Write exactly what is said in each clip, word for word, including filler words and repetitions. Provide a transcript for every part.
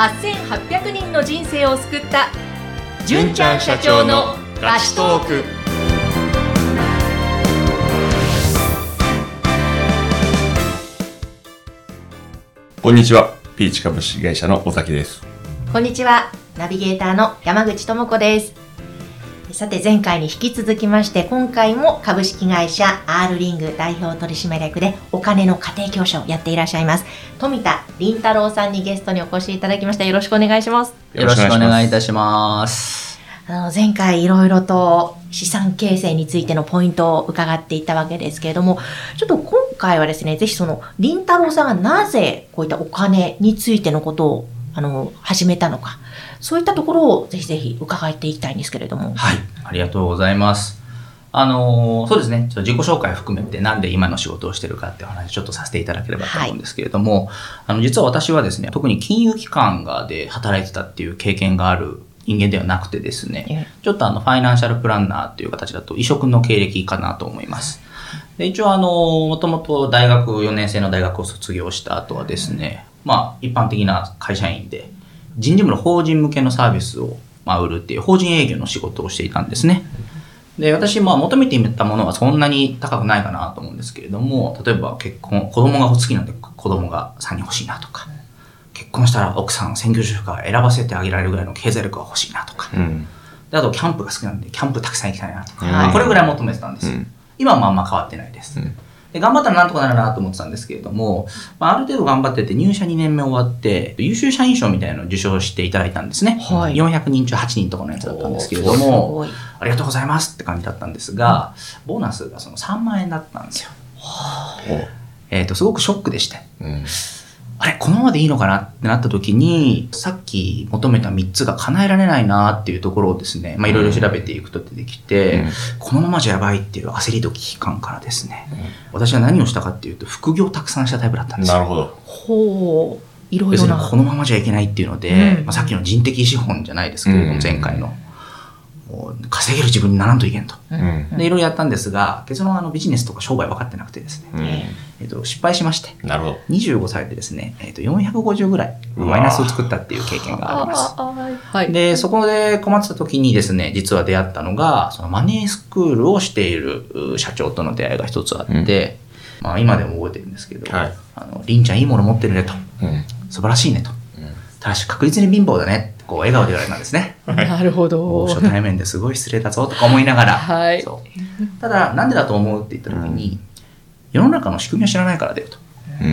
はっせんはっぴゃくにんの人生を救った純ちゃん社長のガチトーク。 こんにちは、ピーチ株式会社の尾崎です。 こんにちは、ナビゲーターの山口智子です。さて、前回に引き続きまして、今回も株式会社 R リング代表取締役でお金の家庭教師をやっていらっしゃいます富田凛太郎さんにゲストにお越しいただきました。よろしくお願いします。 よろしくお願いいたします。 あの前回いろいろと資産形成についてのポイントを伺っていったわけですけれども、ちょっと今回はですね、ぜひその凛太郎さんがなぜこういったお金についてのことをあの始めたのか、そういったところをぜひぜひ伺っていきたいんですけれども。 はい、ありがとうございます。あのー、そうですね、ちょっと自己紹介を含めてなんで今の仕事をしてるかっていう話をちょっとさせていただければと思うんですけれども、はい、あの実は私はですね、特に金融機関がで働いてたっていう経験がある人間ではなくてですね、ちょっとあのファイナンシャルプランナーっていう形だと異色の経歴かなと思います。で一応あのもともと大学よねん生の大学を卒業した後はですね、まあ一般的な会社員で人事部の法人向けのサービスをまあ売るっていう法人営業の仕事をしていたんですね。で私まあ求めていたものはそんなに高くないかなと思うんですけれども、例えば結婚、子供が好きなんで子供がさんにん欲しいなとか、結婚したら奥さん専業主婦が選ばせてあげられるぐらいの経済力が欲しいなとか、うん、であとキャンプが好きなんでキャンプたくさん行きたいなとか、うんまあ、これぐらい求めてたんですよ、うん、今はまああんま変わってないです、うん、で頑張ったらなんとかなるなと思ってたんですけれども、まあ、ある程度頑張ってて入社にねんめ終わって優秀社員賞みたいなのを受賞していただいたんですね、はい、よんひゃくにん中はちにんとかのやつだったんですけれども、ありがとうございますって感じだったんですが、うん、ボーナスがそのさんまんえんだったんですよ、はあえー、とすごくショックでして、うんあれこのままでいいのかなってなった時に、さっき求めたみっつが叶えられないなっていうところをですね、まあいろいろ調べていくと出てきて、うん、このままじゃやばいっていう焦りと危機感からですね、うん、私は何をしたかっていうと副業をたくさんしたタイプだったんですよ。 なるほど。 ほう、いろいろな。 このままじゃいけないっていうので、うんまあ、さっきの人的資本じゃないですけれども、うん、前回の。稼げる自分にならんといけんと、うん、でいろいろやったんですが、結論あのビジネスとか商売分かってなくてですね、うんえー、と失敗しまして、 なるほどにじゅうごさいでですね、えー、とよんひゃくごじゅうぐらいマイナスを作ったっていう経験があります。はい、でそこで困ってた時にですね、実は出会ったのがそのマネースクールをしている社長との出会いが一つあって、うんまあ、今でも覚えてるんですけど、はい、あのりんちゃんいいもの持ってるねと、うん、素晴らしいねと、うん、ただし確実に貧乏だねこう笑顔で言われたんですね。 なるほど。 初対面ですごい失礼だぞとか思いながら、 はい、 そうただなんでだと思うって言った時に、うん、世の中の仕組みを知らないからだよと、うん、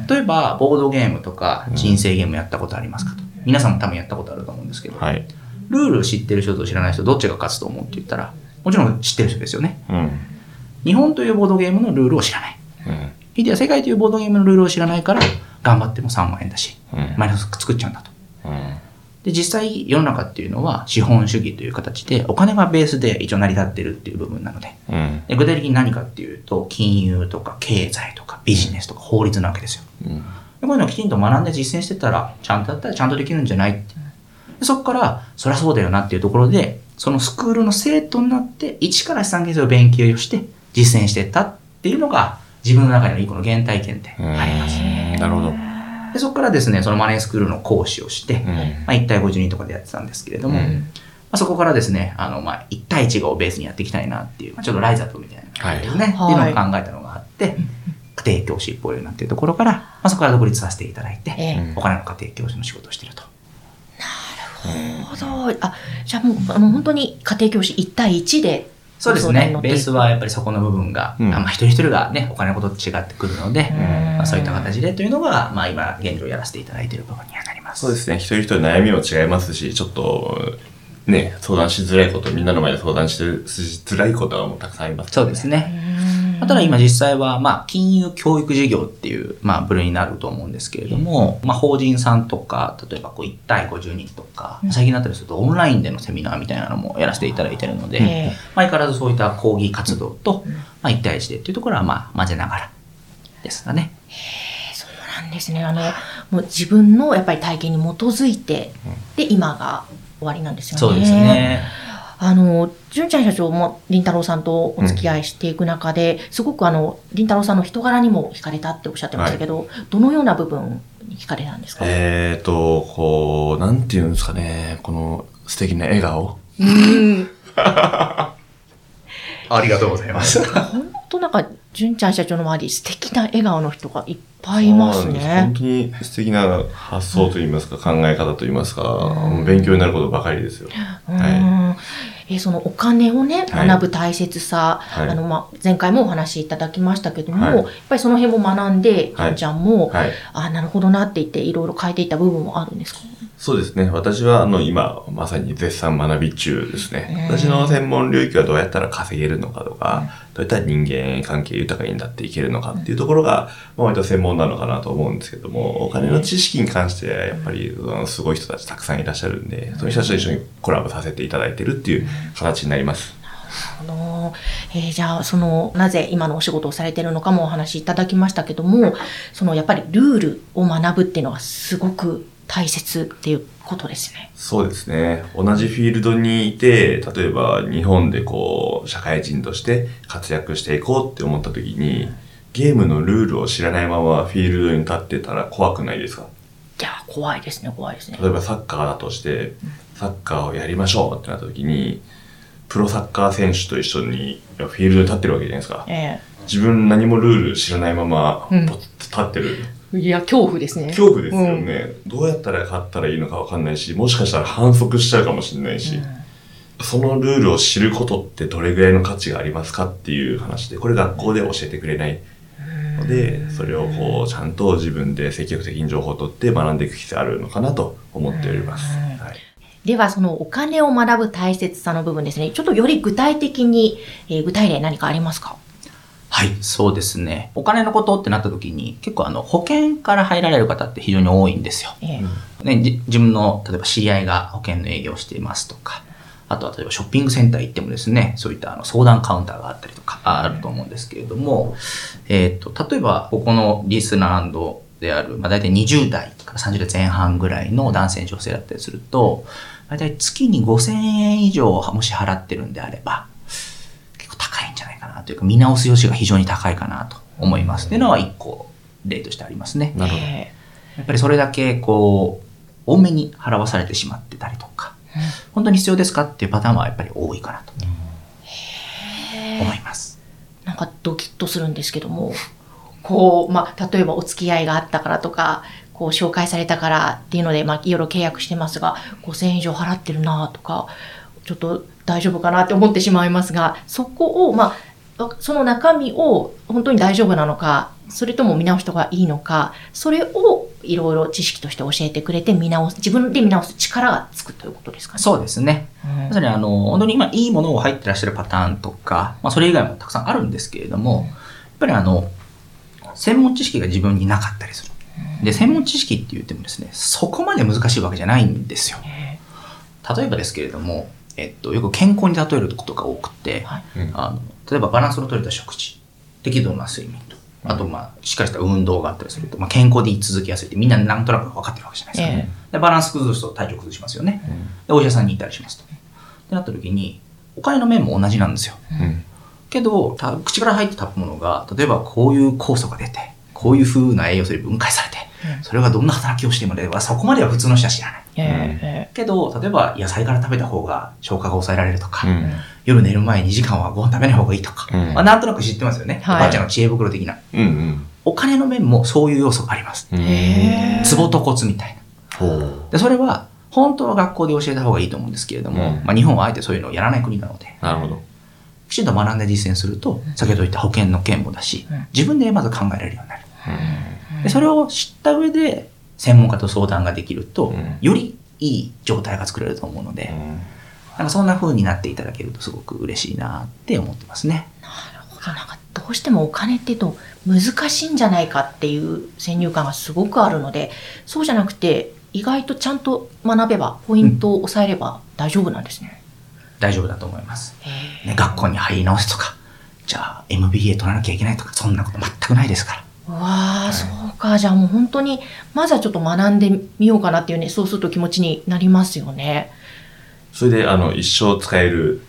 例えばボードゲームとか人生ゲームやったことありますかと、うん、皆さんも多分やったことあると思うんですけど、はい、ルール知ってる人と知らない人どっちが勝つと思うって言ったらもちろん知ってる人ですよね、うん、日本というボードゲームのルールを知らない、うん、ひいては世界というボードゲームのルールを知らないから頑張ってもさんまんえんだし、うん、マイナス作っちゃうんだと、うんで実際世の中っていうのは資本主義という形でお金がベースで一応成り立ってるっていう部分なの で,、うん、で具体的に何かっていうと金融とか経済とかビジネスとか法律なわけですよ、うん、でこういうのをきちんと学んで実践してたらちゃんとやったらちゃんとできるんじゃないってでそこからそりゃそうだよなっていうところでそのスクールの生徒になって一から資産形成を勉強して実践していったっていうのが自分の中での一個の原体験であります。 なるほど。 でそこからですね、そのマネースクールの講師をして、うんまあ、いち対ごじゅうにんとかでやってたんですけれども、うんまあ、そこからですね、あのまあいち対いちをベースにやっていきたいなっていう、まあ、ちょっとライズアップみたいな感じですね、はい、っていうのを考えたのがあって、はい、家庭教師っぽいなっていうところから、まあ、そこから独立させていただいて、うん、お金の家庭教師の仕事をしていると。 なるほど。あ、じゃあもうあの本当に家庭教師いち対いちでそうですね。ベースはやっぱりそこの部分が、うんまあ、一人一人がね、お金のことと違ってくるので、まあ、そういった形でというのが、まあ今現状やらせていただいている部分にはなります。 そうですね。一人一人悩みも違いますし、ちょっとね、相談しづらいこと、みんなの前で相談しづらいことはもうたくさんあります、ね。 そうですね。ただ今実際は、まあ、金融教育事業っていう、まあ、部類になると思うんですけれども、まあ、法人さんとか、例えばこういち対ごじゅうにんとか、最近になったりするとオンラインでのセミナーみたいなのもやらせていただいているので、うんまあ、相変わらずそういった講義活動と、まあ、いち対いちでっていうところは、まあ、混ぜながらですかね。 へー、そうなんですね。あの、もう自分のやっぱり体験に基づいて、で、今が終わりなんですよね。 そうですね。 あの純ちゃん社長も凛太郎さんとお付き合いしていく中で、うん、すごくあの凛太郎さんの人柄にも惹かれたっておっしゃってましたけど、はい、どのような部分に惹かれたんですか？ えーと、こう、なんていうんですかね、この素敵な笑顔。 うん。 ありがとうございます。 本当なんか、純ちゃん社長の周り、素敵な笑顔の人がいっぱいいますね。 本当に素敵な発想といいますか、考え方といいますか、うん、勉強になることばかりですよ。 うんはい、えそのお金をね、学ぶ大切さ、はい、あのまあ、前回もお話しいただきましたけども、はい、やっぱりその辺も学んで、純、はい、ちゃんも、はい、あなるほどなって言っていろいろ変えていった部分もあるんですか？ そうですね。私は、あの、今、まさに絶賛学び中ですね。私の専門領域はどうやったら稼げるのかとか、どういったら人間関係豊かになっていけるのかっていうところが、まあ、割と専門なのかなと思うんですけども、お金の知識に関しては、やっぱり、すごい人たちたくさんいらっしゃるんで、そういう人たちと一緒にコラボさせていただいてるっていう形になります。 あのえー、じゃあそのなぜ今のお仕事をされているのかもお話しいただきましたけども、そのやっぱりルールを学ぶっていうのはすごく大切っていうことですね。 そうですね。同じフィールドにいて、例えば日本でこう社会人として活躍していこうって思った時に、ゲームのルールを知らないままフィールドに立ってたら怖くないですか？ いや怖いですね怖いですね。 例えばサッカーだとしてサッカーをやりましょうってなった時に、プロサッカー選手と一緒にフィールドに立ってるわけじゃないですか。えー、自分何もルール知らないままポッと立ってる。 うん、いや恐怖ですね。 恐怖ですよね、うん。どうやったら勝ったらいいのかわかんないし、もしかしたら反則しちゃうかもしれないし、うん、そのルールを知ることってどれぐらいの価値がありますかっていう話で、これ学校で教えてくれないので、それをこうちゃんと自分で積極的に情報を取って学んでいく必要あるのかなと思っております。はい、 ではそのお金を学ぶ大切さの部分ですね。ちょっとより具体的に、えー、具体例何かありますか？ はい、そうですね。お金のことってなった時に、結構あの保険から入られる方って非常に多いんですよ。ええね、じ自分の例えば知り合いが保険の営業をしていますとか、あとは例えばショッピングセンター行ってもですね、そういったあの相談カウンターがあったりとかあると思うんですけれども、えっと、例えばここのリスナーである、まあ、大体にじゅう代からさんじゅう代前半ぐらいの男性女性だったりすると、大体月にごせんえん以上もし払ってるんであれば、結構高いんじゃないかなというか、見直す余地が非常に高いかなと思いますっていうのはいっこ例としてありますね。 なるほど。 やっぱりそれだけこう多めに払わされてしまってたりとか、うん、本当に必要ですかっていうパターンはやっぱり多いかなと思います。 なんかドキッとするんですけども、こうまあ例えばお付き合いがあったからとか、こう紹介されたからっていうので、まあ、いろいろ契約してますが、ごせんえん以上払ってるなとか、ちょっと大丈夫かなって思ってしまいますが、そこを、まあ、その中身を本当に大丈夫なのか、それとも見直した方がいいのか、それをいろいろ知識として教えてくれて見直す、自分で見直す力がつくということですかね。 そうですね。まさにあの、本当に今いいものを入ってらっしゃるパターンとか、まあそれ以外もたくさんあるんですけれども、やっぱりあの、専門知識が自分になかったりする。で、専門知識って言ってもですね、そこまで難しいわけじゃないんですよ。例えばですけれども、えっと、よく健康に例えることが多くて、はい、あの例えばバランスの取れた食事、適度な睡眠と、あと、まあ、しっかりした運動があったりすると、まあ、健康で居続きやすいってみんななんとなく分かってるわけじゃないですかね。えー、でバランス崩すと体調崩しますよね。うん、で、お医者さんに行ったりしますと。ってなった時に、お金の面も同じなんですよ。うん、けど、口から入って食べ物が、例えばこういう酵素が出て、こういう風な栄養素で分解されて、それがどんな働きをしてもね、そこまでは普通の人は知らない。えー、けど、例えば野菜から食べた方が消化が抑えられるとか、うん、夜寝る前にじかんはご飯食べない方がいいとか、うんまあ、なんとなく知ってますよね。はい、おばあちゃんの知恵袋的な、うんうん。お金の面もそういう要素があります。壺と骨みたいな。でそれは本当は学校で教えた方がいいと思うんですけれども、うんまあ、日本はあえてそういうのをやらない国なので、 なるほど。 きちんと学んで実践すると、先ほど言った保険の件もだし、自分でまず考えられるようになる。うん、でそれを知った上で専門家と相談ができると、うん、よりいい状態が作れると思うので、うん、なんかそんな風になっていただけるとすごく嬉しいなって思ってますね。 なるほど。なんかどうしてもお金って言うと難しいんじゃないかっていう先入観がすごくあるので、そうじゃなくて意外とちゃんと学べばポイントを押さえれば大丈夫なんですね。 うん、大丈夫だと思います。ね、学校に入り直すとか、じゃあ エムビーエー 取らなきゃいけないとか、そんなこと全くないですから。 うわあ、はい、そうか。じゃあもう本当にまずはちょっと学んでみようかなっていうね、そうすると気持ちになりますよね。 それであの一生使える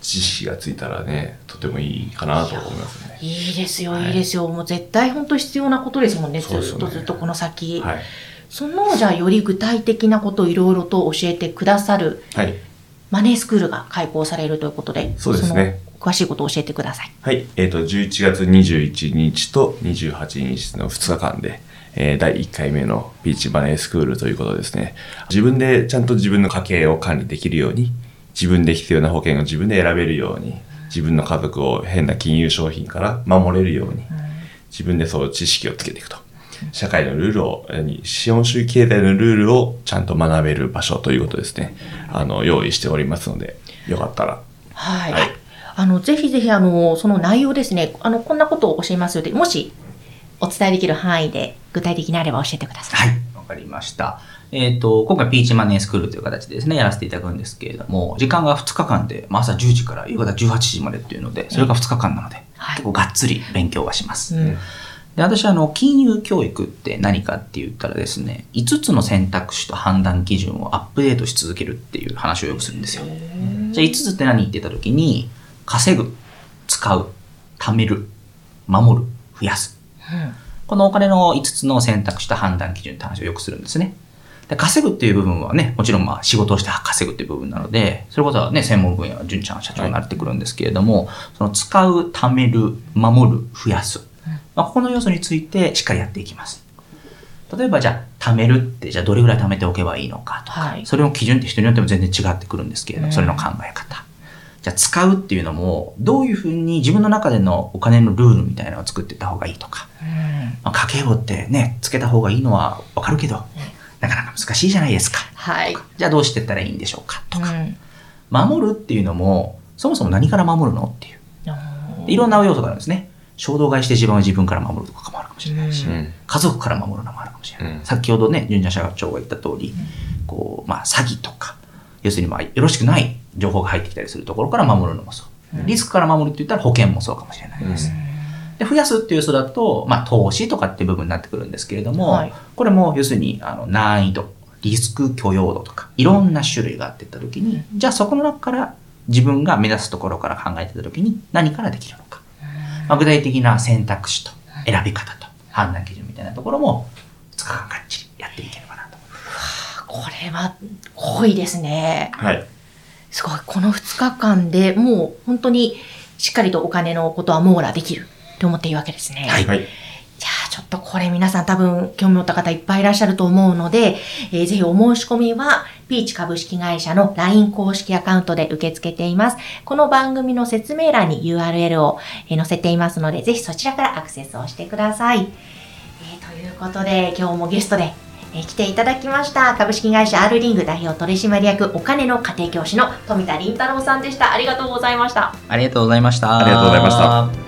知識がついたらね、とてもいいかなと思いますね。 いいですよ、 はい、 いいですよ。もう絶対本当必要なことですもんね。 そうですよね。 ずっとずっとこの先。 はい、 その、じゃあより具体的なことをいろいろと教えてくださる、 はい、 マネースクールが開講されるということで、 そうですね。 その詳しいことを教えてください。 はい。えっと、じゅういちがつにじゅういちにちとにじゅうはちにちのふつかかんで、えー、だいいっかいめのピーチマネースクールということですね。自分でちゃんと自分の家計を管理できるように、自分で必要な保険を自分で選べるように、自分の家族を変な金融商品から守れるように、自分でそう知識をつけていくと。社会のルールを、資本主義経済のルールをちゃんと学べる場所ということですね。あの、用意しておりますので、よかったら。 はい。はい、あの、ぜひぜひ、あの、その内容ですね、あの、こんなことを教えますので、もし、お伝えできる範囲で、具体的にあれば教えてください。 はい。わかりました。えっと、今回ピーチマネースクールという形でですね、やらせていただくんですけれども、時間がふつかかんで、まあ、朝じゅうじから夕方じゅうはちじまでっていうので、それがふつかかんなので、はい、結構がっつり勉強はします。うん、で、私はあの、金融教育って何かって言ったらですね、いつつの選択肢と判断基準をアップデートし続けるっていう話をよくするんですよ。じゃあいつつって何って言った時に、稼ぐ、使う、貯める、守る、増やす。うん、このお金のいつつの選択肢と判断基準って話をよくするんですね。で、稼ぐっていう部分はね、もちろんまあ仕事をして稼ぐっていう部分なので、それこそはね、専門分野は純ちゃん社長になってくるんですけれども、はい、その使う、貯める、守る、増やす。まあ、ここの要素についてしっかりやっていきます。例えばじゃあ、貯めるって、じゃあどれぐらい貯めておけばいいのかとか、はい、それの基準って人によっても全然違ってくるんですけれども、それの考え方。じゃあ使うっていうのも、どういうふうに自分の中でのお金のルールみたいなのを作っていった方がいいとか、まあ、家計簿ってね、つけた方がいいのはわかるけど、なかなか難しいじゃないですか。 はい。 じゃあどうしていったらいいんでしょうかとか、うん、守るっていうのも、そもそも何から守るのっていう。いろんな要素があるんですね。衝動買いして自分は自分から守るとかもあるかもしれないし、うん、家族から守るのもあるかもしれない。うん、先ほどね、純ちゃん社長が言った通り、うん、こう、まあ詐欺とか、要するにまあよろしくない情報が入ってきたりするところから守るのもそう。うん、リスクから守るって言ったら保険もそうかもしれないです。うんで増やすっていう要素だと、まあ、投資とかっていう部分になってくるんですけれども、はい、これも要するにあの難易度、リスク許容度とかいろんな種類があっていったときに、じゃあそこの中から自分が目指すところから考えていたときに何からできるのか、まあ、具体的な選択肢と選び方と判断基準みたいなところもふつかかんかっちりやっていければなと思います。 これは濃いですね。 はい。 すごい。このふつかかんでもう本当にしっかりとお金のことは網羅できるって思っていいわけですね。 はい。じゃあちょっとこれ皆さん多分興味持った方いっぱいいらっしゃると思うので、えー、ぜひお申し込みはピーチ株式会社の ライン 公式アカウントで受け付けています。この番組の説明欄に ユーアールエル を載せていますので、ぜひそちらからアクセスをしてください。えー、ということで今日もゲストでえ来ていただきました株式会社 アール リング代表取締役お金の家庭教師の富田麟太郎さんでした。ありがとうございました。 ありがとうございました。 ありがとうございました。